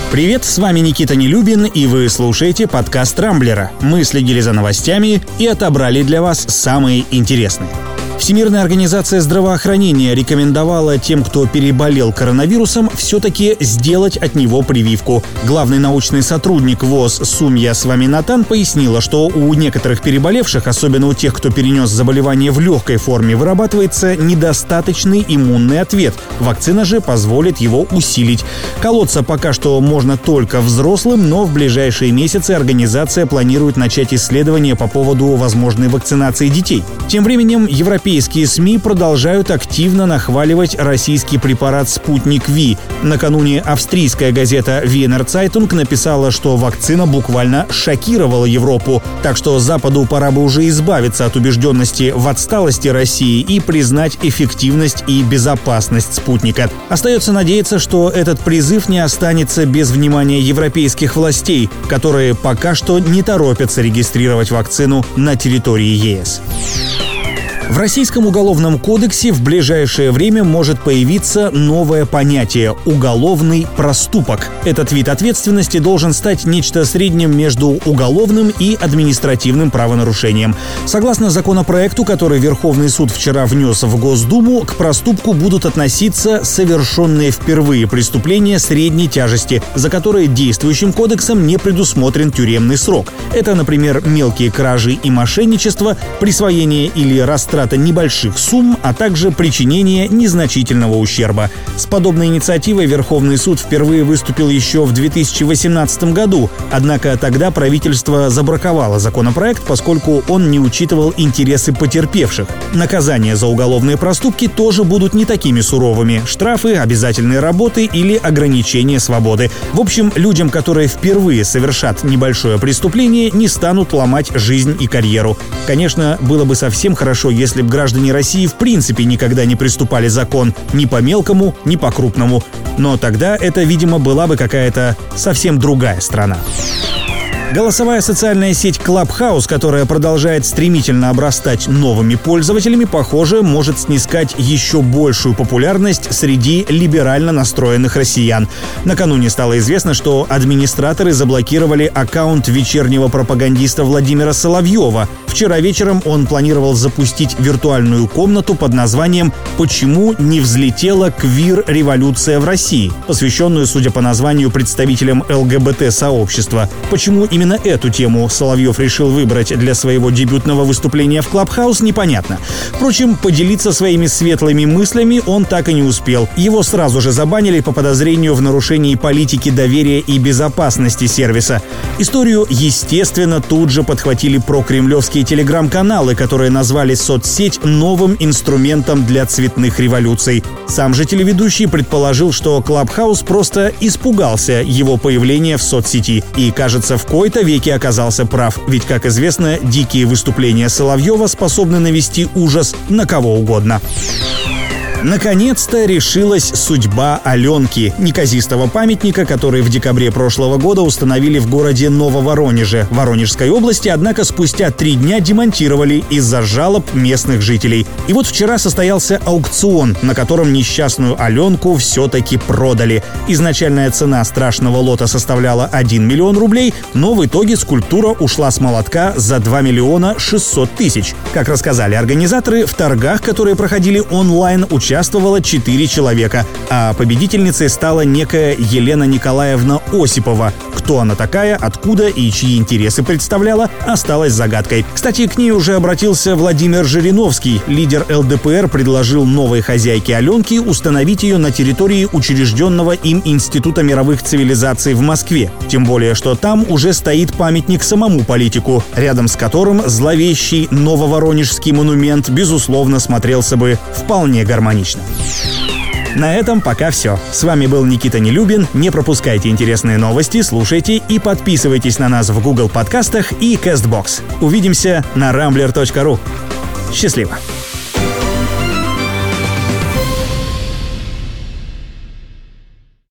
Привет, с вами Никита Нелюбин, и вы слушаете подкаст «Рамблера». Мы следили за новостями и отобрали для вас самые интересные. Всемирная организация здравоохранения рекомендовала тем, кто переболел коронавирусом, все-таки сделать от него прививку. Главный научный сотрудник ВОЗ Сумья Сваминатан пояснила, что у некоторых переболевших, особенно у тех, кто перенес заболевание в легкой форме, вырабатывается недостаточный иммунный ответ. Вакцина же позволит его усилить. Колоться пока что можно только взрослым, но в ближайшие месяцы организация планирует начать исследования по поводу возможной вакцинации детей. Тем временем европейские СМИ продолжают активно нахваливать российский препарат «Спутник Ви». Накануне австрийская газета «Венер Цайтунг» написала, что вакцина буквально шокировала Европу. Так что Западу пора бы уже избавиться от убежденности в отсталости России и признать эффективность и безопасность «Спутника». Остается надеяться, что этот призыв не останется без внимания европейских властей, которые пока что не торопятся регистрировать вакцину на территории ЕС. В Российском уголовном кодексе в ближайшее время может появиться новое понятие – уголовный проступок. Этот вид ответственности должен стать нечто средним между уголовным и административным правонарушением. Согласно законопроекту, который Верховный суд вчера внес в Госдуму, к проступку будут относиться совершенные впервые преступления средней тяжести, за которые действующим кодексом не предусмотрен тюремный срок. Это, например, мелкие кражи и мошенничество, присвоение или растрата небольших сумм, а также причинение незначительного ущерба. С подобной инициативой Верховный суд впервые выступил еще в 2018 году, однако тогда правительство забраковало законопроект, поскольку он не учитывал интересы потерпевших. Наказания за уголовные проступки тоже будут не такими суровыми: штрафы, обязательные работы или ограничение свободы. В общем, людям, которые впервые совершат небольшое преступление, не станут ломать жизнь и карьеру. Конечно, было бы совсем хорошо, если бы граждане России в принципе никогда не приступали закон ни по мелкому, ни по крупному. Но тогда это, видимо, была бы какая-то совсем другая страна. Голосовая социальная сеть Clubhouse, которая продолжает стремительно обрастать новыми пользователями, похоже, может снискать еще большую популярность среди либерально настроенных россиян. Накануне стало известно, что администраторы заблокировали аккаунт вечернего пропагандиста Владимира Соловьева. Вчера вечером он планировал запустить виртуальную комнату под названием «Почему не взлетела квир-революция в России?», посвященную, судя по названию, представителям ЛГБТ-сообщества. Почему именно эту тему Соловьев решил выбрать для своего дебютного выступления в Clubhouse, непонятно. Впрочем, поделиться своими светлыми мыслями он так и не успел. Его сразу же забанили по подозрению в нарушении политики доверия и безопасности сервиса. Историю, естественно, тут же подхватили прокремлевские телеграм-каналы, которые назвали соцсеть новым инструментом для цветных революций. Сам же телеведущий предположил, что Clubhouse просто испугался его появления в соцсети. И, кажется, в кои-то веки оказался прав. Ведь, как известно, дикие выступления Соловьева способны навести ужас на кого угодно. Наконец-то решилась судьба Аленки, неказистого памятника, который в декабре прошлого года установили в городе Нововоронеже, Воронежской области, однако спустя 3 дня демонтировали из-за жалоб местных жителей. И вот вчера состоялся аукцион, на котором несчастную Аленку все-таки продали. Изначальная цена страшного лота составляла 1 миллион рублей, но в итоге скульптура ушла с молотка за 2 миллиона 600 тысяч. Как рассказали организаторы, в торгах, которые проходили онлайн, участвовало 4 человека, а победительницей стала некая Елена Николаевна Осипова. Кто она такая, откуда и чьи интересы представляла, осталось загадкой. Кстати, к ней уже обратился Владимир Жириновский. Лидер ЛДПР предложил новой хозяйке Аленки установить ее на территории учрежденного им Института мировых цивилизаций в Москве. Тем более, что там уже стоит памятник самому политику, рядом с которым зловещий нововоронежский монумент, безусловно, смотрелся бы вполне гармонично. На этом пока все. С вами был Никита Нелюбин. Не пропускайте интересные новости, слушайте и подписывайтесь на нас в Google подкастах и CastBox. Увидимся на rambler.ru. Счастливо!